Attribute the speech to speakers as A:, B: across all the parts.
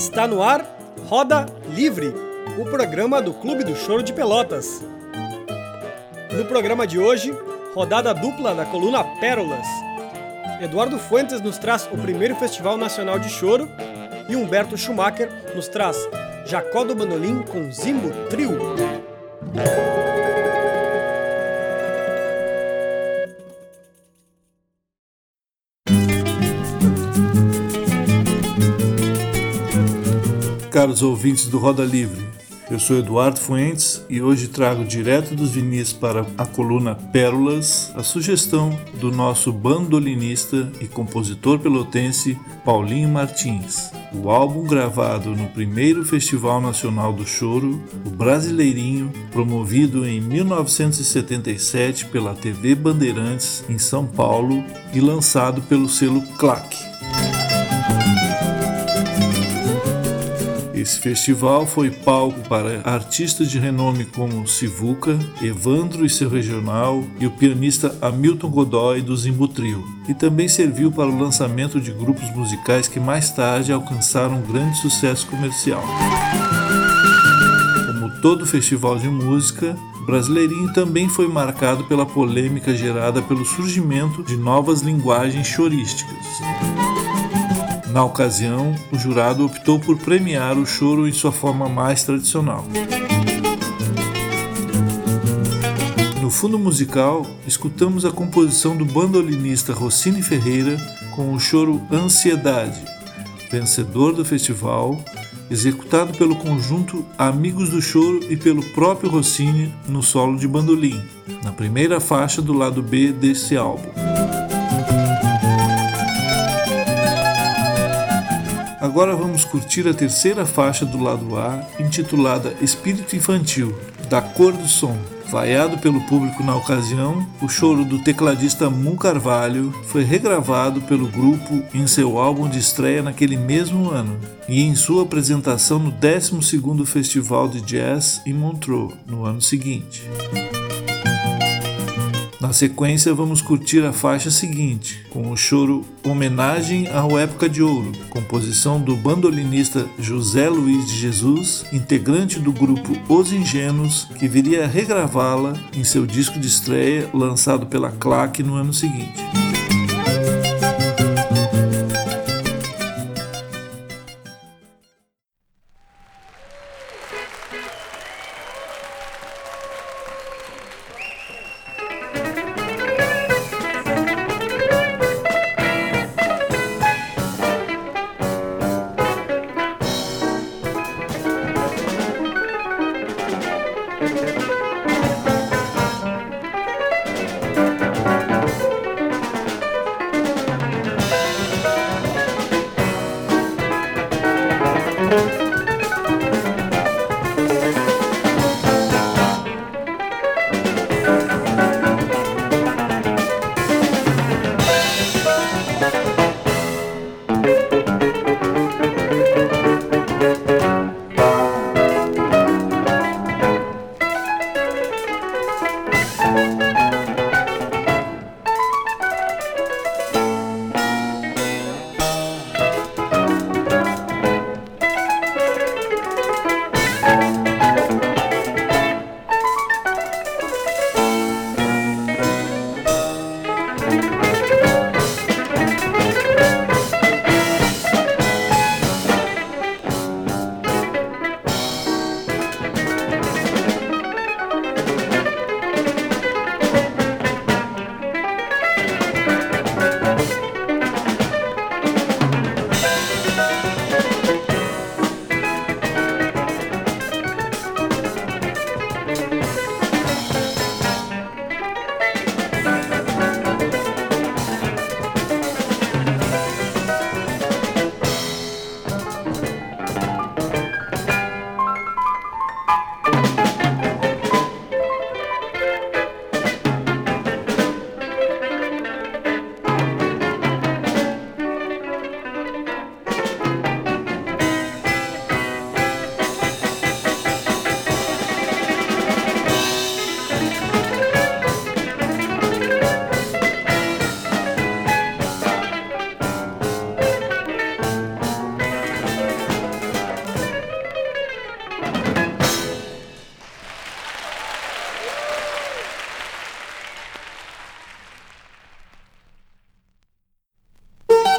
A: Está no ar Roda Livre, o programa do Clube do Choro de Pelotas. No programa de hoje, rodada dupla da coluna Pérolas. Eduardo Fuentes nos traz o primeiro Festival Nacional de Choro e Humberto Schumacher nos traz Jacó do Bandolim com Zimbo Trio.
B: Caros ouvintes do Roda Livre, eu sou Eduardo Fuentes e hoje trago direto dos vinis para a coluna Pérolas a sugestão do nosso bandolinista e compositor pelotense Paulinho Martins. O álbum gravado no primeiro Festival Nacional do Choro, o Brasileirinho, promovido em 1977 pela TV Bandeirantes em São Paulo e lançado pelo selo Claque. Esse festival foi palco para artistas de renome como Sivuca, Evandro e seu regional e o pianista Hamilton Godoy do Zimbo Trio, e também serviu para o lançamento de grupos musicais que mais tarde alcançaram grande sucesso comercial. Como todo festival de música, o Brasileirinho também foi marcado pela polêmica gerada pelo surgimento de novas linguagens chorísticas. Na ocasião, o jurado optou por premiar o choro em sua forma mais tradicional. No fundo musical, escutamos a composição do bandolinista Rossini Ferreira com o choro Ansiedade, vencedor do festival, executado pelo conjunto Amigos do Choro e pelo próprio Rossini no solo de bandolim, na primeira faixa do lado B desse álbum. Agora vamos curtir a terceira faixa do lado A, intitulada Espírito Infantil, da Cor do Som. Vaiado pelo público na ocasião, o choro do tecladista Mu Carvalho foi regravado pelo grupo em seu álbum de estreia naquele mesmo ano e em sua apresentação no 12º Festival de Jazz em Montreux, no ano seguinte. Na sequência, vamos curtir a faixa seguinte, com o choro Homenagem ao Época de Ouro, composição do bandolinista José Luiz de Jesus, integrante do grupo Os Ingênuos, que viria a regravá-la em seu disco de estreia, lançado pela Claque no ano seguinte.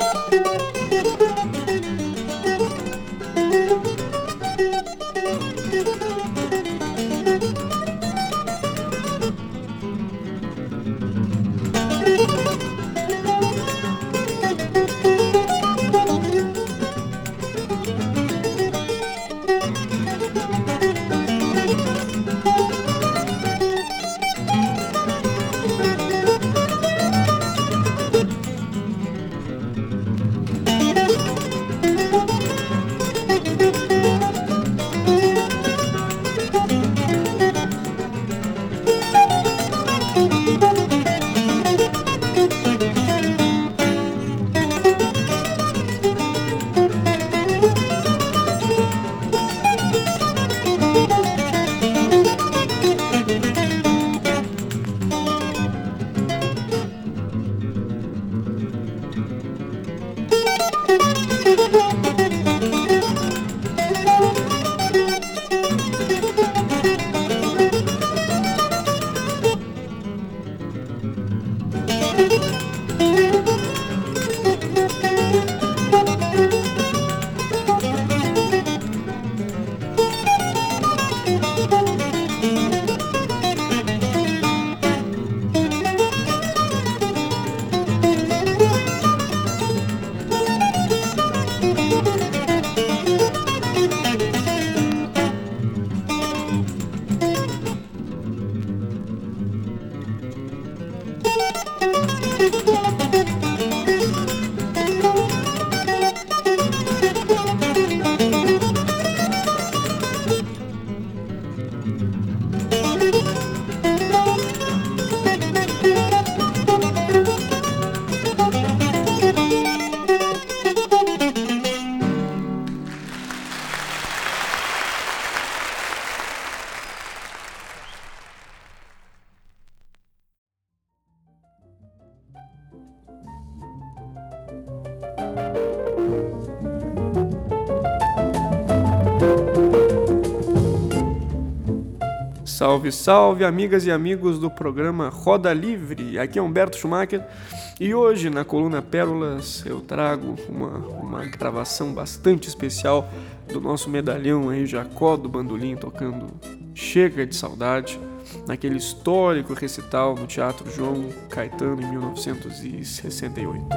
A: Salve, salve, amigas e amigos do programa Roda Livre. Aqui é Humberto Schumacher e hoje na coluna Pérolas eu trago uma gravação bastante especial do nosso medalhão aí, Jacó do Bandolim, tocando Chega de Saudade, naquele histórico recital no Teatro João Caetano em 1968.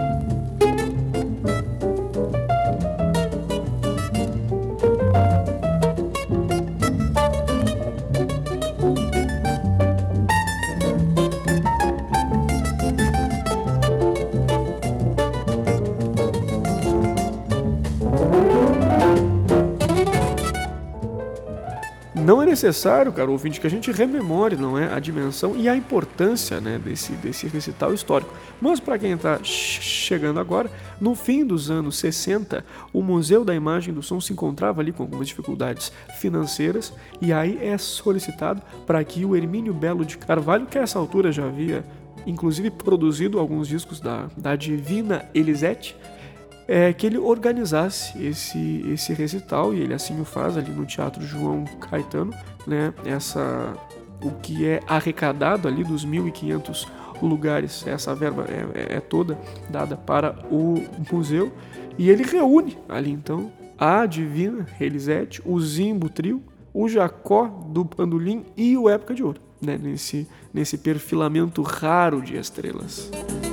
A: Não é necessário, cara, ouvinte, que a gente rememore, não é, a dimensão e a importância, né, desse recital histórico. Mas para quem está chegando agora, no fim dos anos 60, o Museu da Imagem e do Som se encontrava ali com algumas dificuldades financeiras e aí é solicitado para que o Hermínio Belo de Carvalho, que a essa altura já havia inclusive produzido alguns discos da Divina Elisete, que ele organizasse esse recital, e ele assim o faz ali no Teatro João Caetano, né? O que é arrecadado ali dos 1.500 lugares, essa verba é toda dada para o museu, e ele reúne ali então a Divina Elisete, o Zimbo Trio, o Jacó do Bandolim e o Época de Ouro, né? Nesse perfilamento raro de estrelas.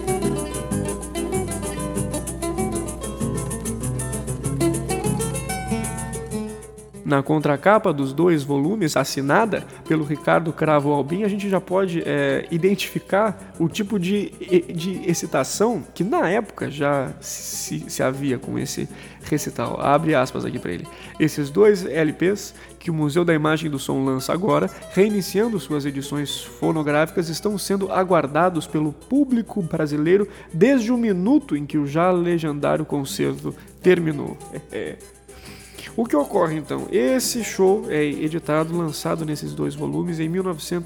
A: Na contracapa dos 2 volumes, assinada pelo Ricardo Cravo Albim, a gente já pode identificar o tipo de excitação que na época já se havia com esse recital. Abre aspas aqui para ele. Esses 2 LPs que o Museu da Imagem e do Som lança agora, reiniciando suas edições fonográficas, estão sendo aguardados pelo público brasileiro desde o minuto em que o já legendário concerto terminou. O que ocorre então? Esse show é editado, lançado nesses 2 volumes em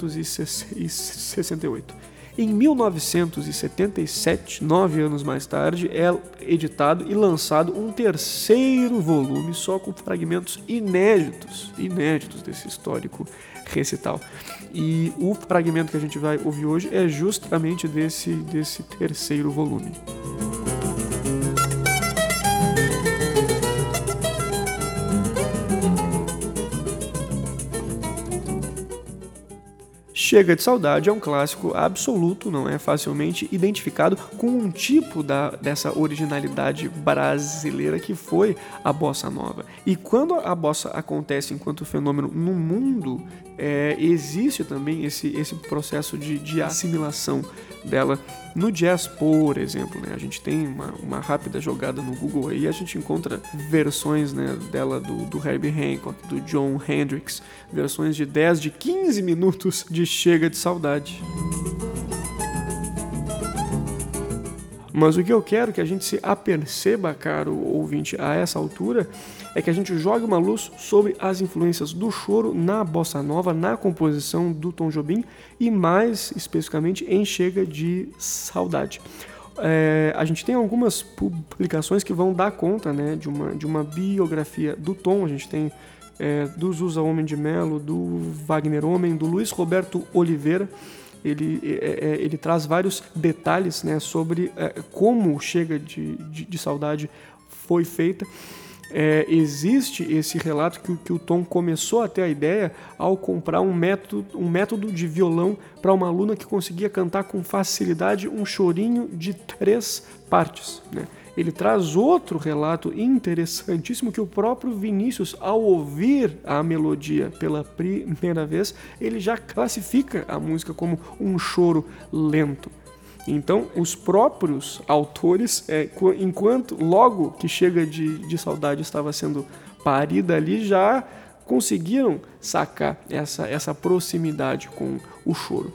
A: 1968. Em 1977, 9 anos mais tarde, é editado e lançado um 3º volume só com fragmentos inéditos desse histórico recital. E o fragmento que a gente vai ouvir hoje é justamente desse 3º volume.
C: Chega de Saudade é um clássico absoluto, não é facilmente identificado com um tipo dessa originalidade brasileira que foi a bossa nova. E quando a bossa acontece enquanto fenômeno no mundo, existe também esse processo de assimilação dela no jazz, por exemplo, né? A gente tem uma rápida jogada no Google aí, a gente encontra versões, né, dela do Herbie Hancock, do Jon Hendricks, versões de 10, de 15 minutos de Chega de Saudade. Mas o que eu quero que a gente se aperceba, caro ouvinte, a essa altura, é que a gente jogue uma luz sobre as influências do choro na bossa nova, na composição do Tom Jobim e mais especificamente em Chega de Saudade. A gente tem algumas publicações que vão dar conta, né, de uma biografia do Tom. A gente tem do Zusa Homem de Melo, do Wagner Homem, do Luiz Roberto Oliveira. Ele traz vários detalhes, né, sobre como Chega de Saudade foi feita. Existe esse relato que o Tom começou a ter a ideia ao comprar um método de violão para uma aluna que conseguia cantar com facilidade um chorinho de 3 partes, né? Ele traz outro relato interessantíssimo que o próprio Vinícius, ao ouvir a melodia pela primeira vez, ele já classifica a música como um choro lento. Então, os próprios autores, enquanto logo que Chega de Saudade estava sendo parida ali, já conseguiram sacar essa proximidade com o choro.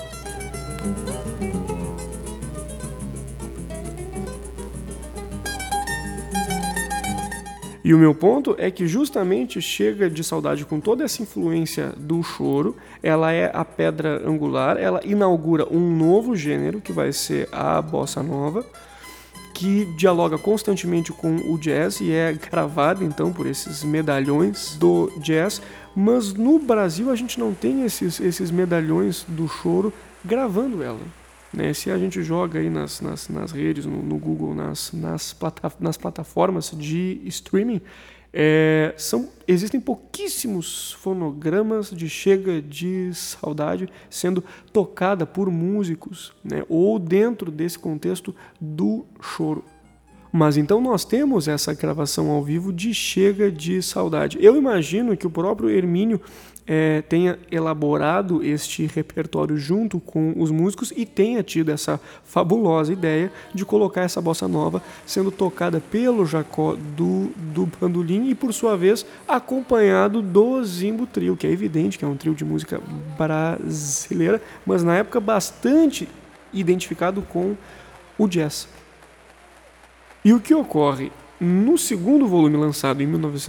C: E o meu ponto é que justamente Chega de Saudade, com toda essa influência do choro, ela é a pedra angular, ela inaugura um novo gênero, que vai ser a bossa nova, que dialoga constantemente com o jazz e é gravada então por esses medalhões do jazz, mas no Brasil a gente não tem esses medalhões do choro gravando ela. Né? Se a gente joga aí nas redes, no Google, nas plataformas de streaming, existem pouquíssimos fonogramas de Chega de Saudade sendo tocada por músicos, né? Ou dentro desse contexto do choro. Mas então nós temos essa gravação ao vivo de Chega de Saudade. Eu imagino que o próprio Hermínio tenha elaborado este repertório junto com os músicos e tenha tido essa fabulosa ideia de colocar essa bossa nova sendo tocada pelo Jacó do bandolim e, por sua vez, acompanhado do Zimbo Trio, que é evidente que é um trio de música brasileira, mas na época bastante identificado com o jazz. E o que ocorre? No segundo volume lançado em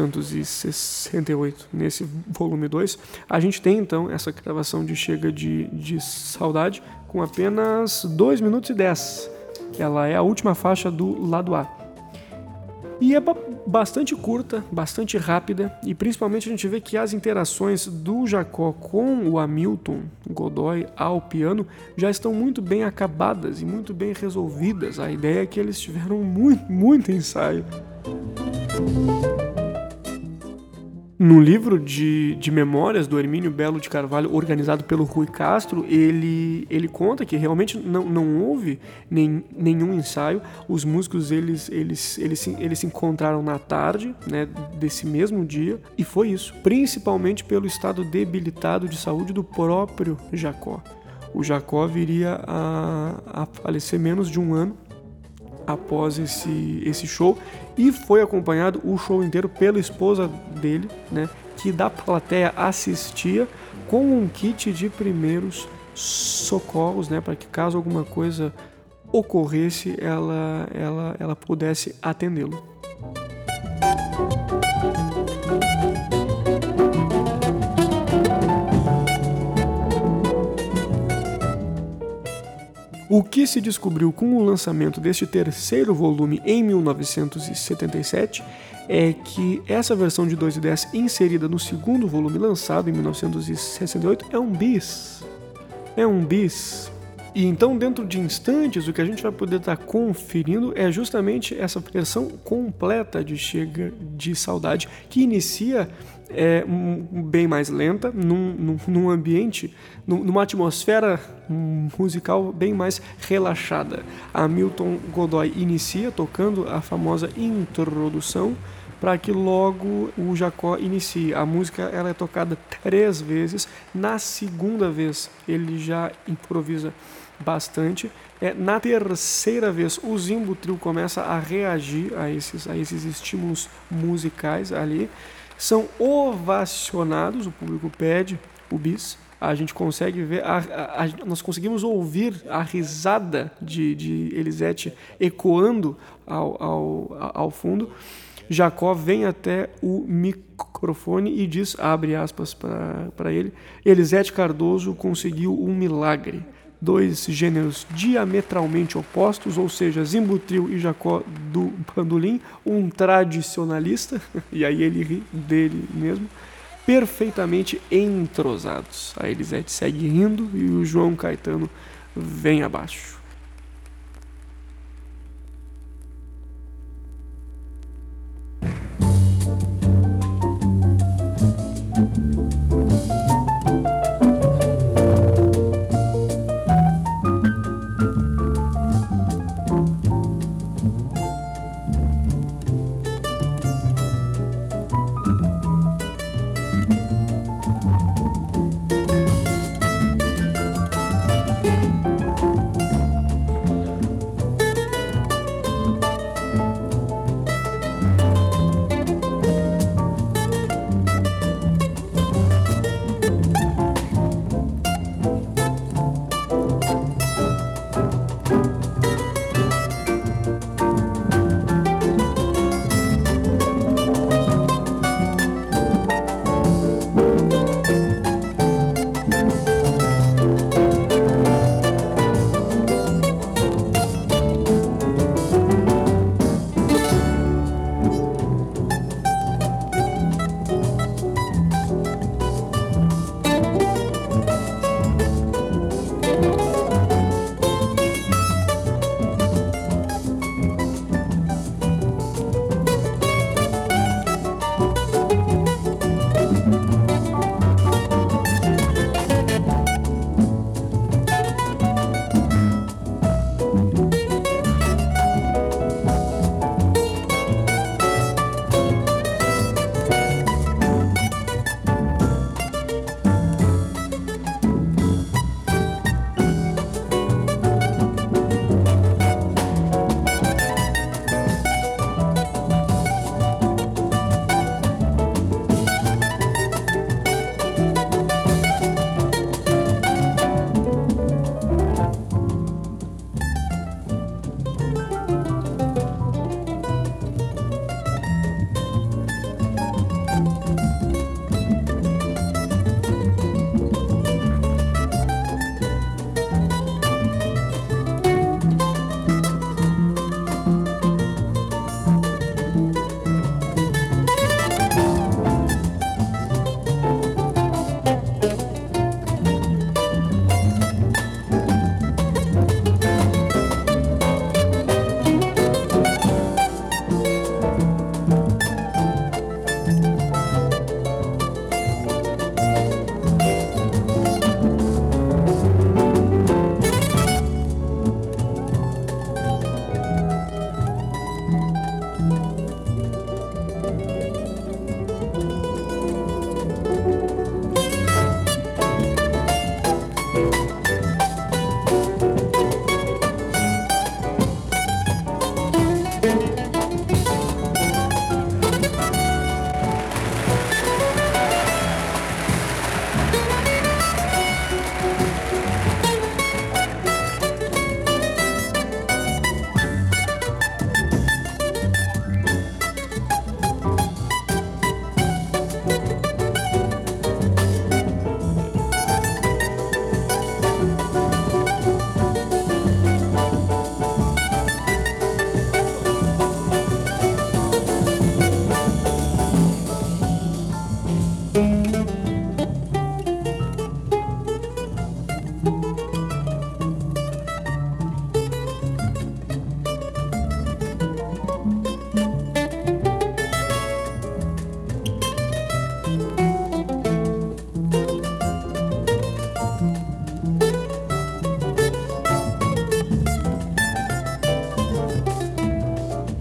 C: 1968, nesse volume 2, a gente tem então essa gravação de Chega de Saudade com apenas 2 minutos e 10. Ela é a última faixa do lado A. E é bastante curta, bastante rápida, e principalmente a gente vê que as interações do Jacó com o Hamilton Godoy ao piano já estão muito bem acabadas e muito bem resolvidas. A ideia é que eles tiveram muito ensaio. No livro de memórias do Hermínio Belo de Carvalho, organizado pelo Rui Castro, ele conta que realmente não houve nenhum ensaio. Os músicos eles se encontraram na tarde, né, desse mesmo dia, e foi isso, principalmente pelo estado debilitado de saúde do próprio Jacó. O Jacó viria a falecer menos de um ano após esse show, e foi acompanhado o show inteiro pela esposa dele, né, que da plateia assistia com um kit de primeiros socorros, né, para que caso alguma coisa ocorresse, ela pudesse atendê-lo. O que se descobriu com o lançamento deste terceiro volume em 1977 é que essa versão de 2:10 inserida no segundo volume lançado em 1968 é um bis. E então, dentro de instantes, o que a gente vai poder estar conferindo é justamente essa versão completa de Chega de Saudade, que inicia bem mais lenta, num ambiente, numa atmosfera musical bem mais relaxada. Hamilton Godoy inicia tocando a famosa introdução, para que logo o Jacó inicie. A música ela é tocada 3 vezes, na segunda vez ele já improvisa bastante. Na terceira vez o Zimbo Trio começa a reagir a esses estímulos musicais ali. São ovacionados, o público pede o bis. A gente consegue ver, nós conseguimos ouvir a risada de Elisete ecoando ao fundo. Jacó vem até o microfone e diz, abre aspas para ele, Elisete Cardoso conseguiu um milagre. 2 gêneros diametralmente opostos, ou seja, Zimbo Trio e Jacó do bandolim, um tradicionalista, e aí ele ri dele mesmo, perfeitamente entrosados. A Elisete segue rindo e o João Caetano vem abaixo.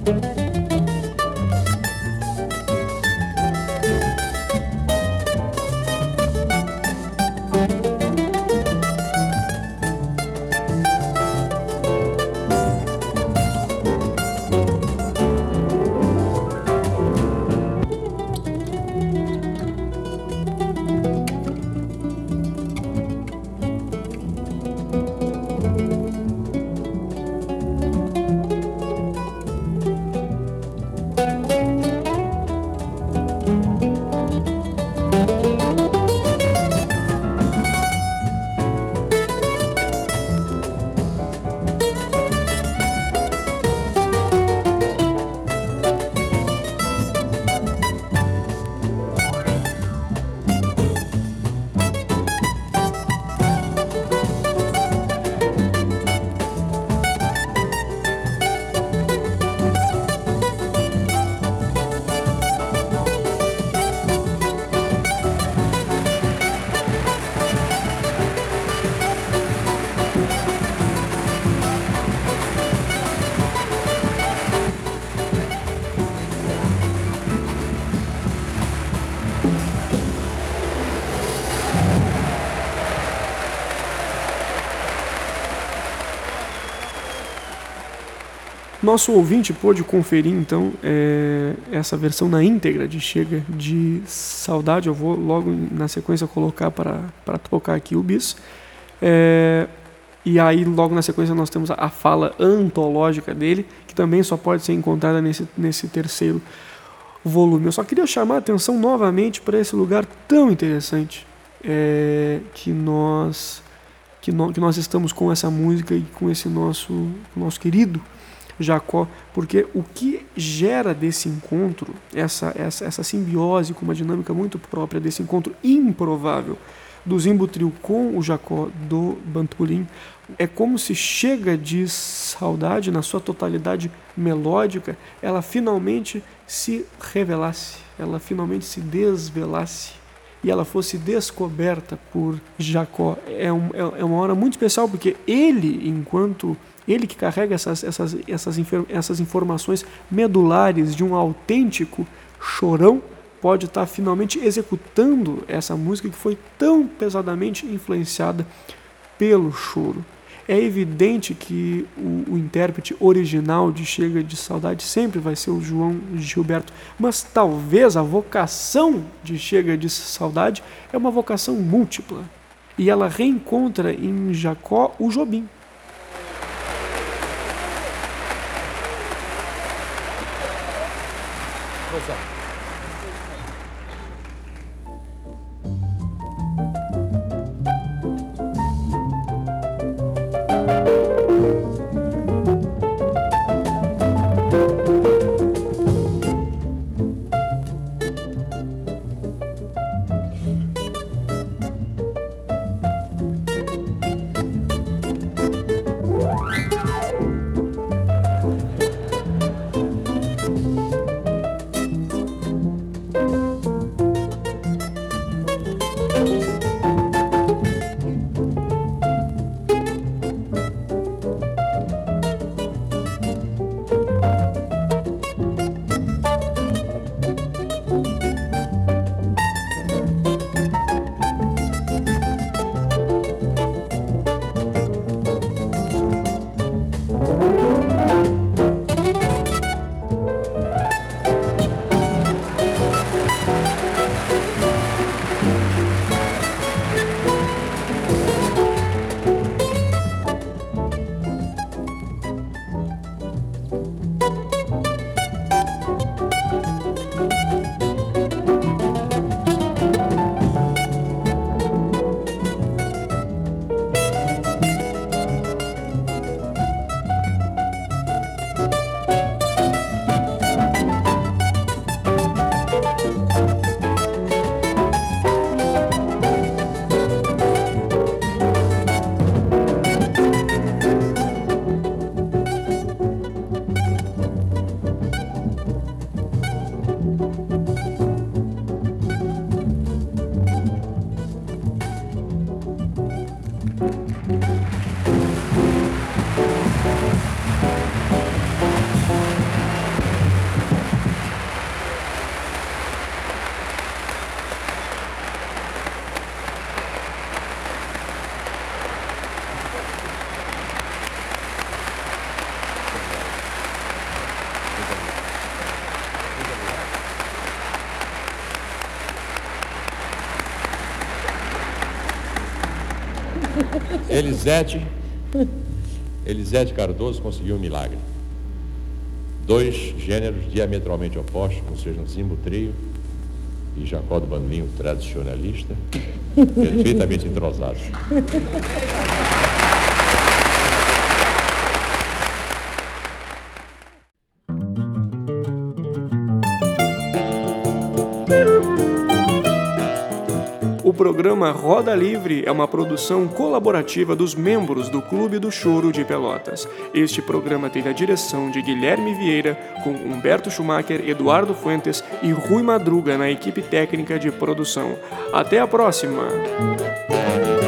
C: Nosso ouvinte pôde conferir, então, essa versão na íntegra de Chega de Saudade. Eu vou logo na sequência colocar para tocar aqui o bis. E aí, logo na sequência, nós temos a fala antológica dele, que também só pode ser encontrada nesse terceiro volume. Eu só queria chamar a atenção novamente para esse lugar tão interessante que nós estamos com essa música e com esse nosso querido Jacó, porque o que gera desse encontro, essa simbiose com uma dinâmica muito própria desse encontro improvável do Zimbo Trio com o Jacó do Bandolim, é como se Chega de Saudade, na sua totalidade melódica, ela finalmente se revelasse, ela finalmente se desvelasse e ela fosse descoberta por Jacó. É uma hora muito especial, porque ele que carrega essas informações medulares de um autêntico chorão, pode estar finalmente executando essa música que foi tão pesadamente influenciada pelo choro. É evidente que o intérprete original de Chega de Saudade sempre vai ser o João Gilberto, mas talvez a vocação de Chega de Saudade é uma vocação múltipla, e ela reencontra em Jacó o Jobim.
D: Elisete Cardoso conseguiu um milagre. 2 gêneros diametralmente opostos, como sejam Zimbo Trio e Jacó do Bandolim tradicionalista, perfeitamente entrosados.
C: O programa Roda Livre é uma produção colaborativa dos membros do Clube do Choro de Pelotas. Este programa teve a direção de Guilherme Vieira, com Humberto Schumacher, Eduardo Fuentes e Rui Madruga na equipe técnica de produção. Até a próxima!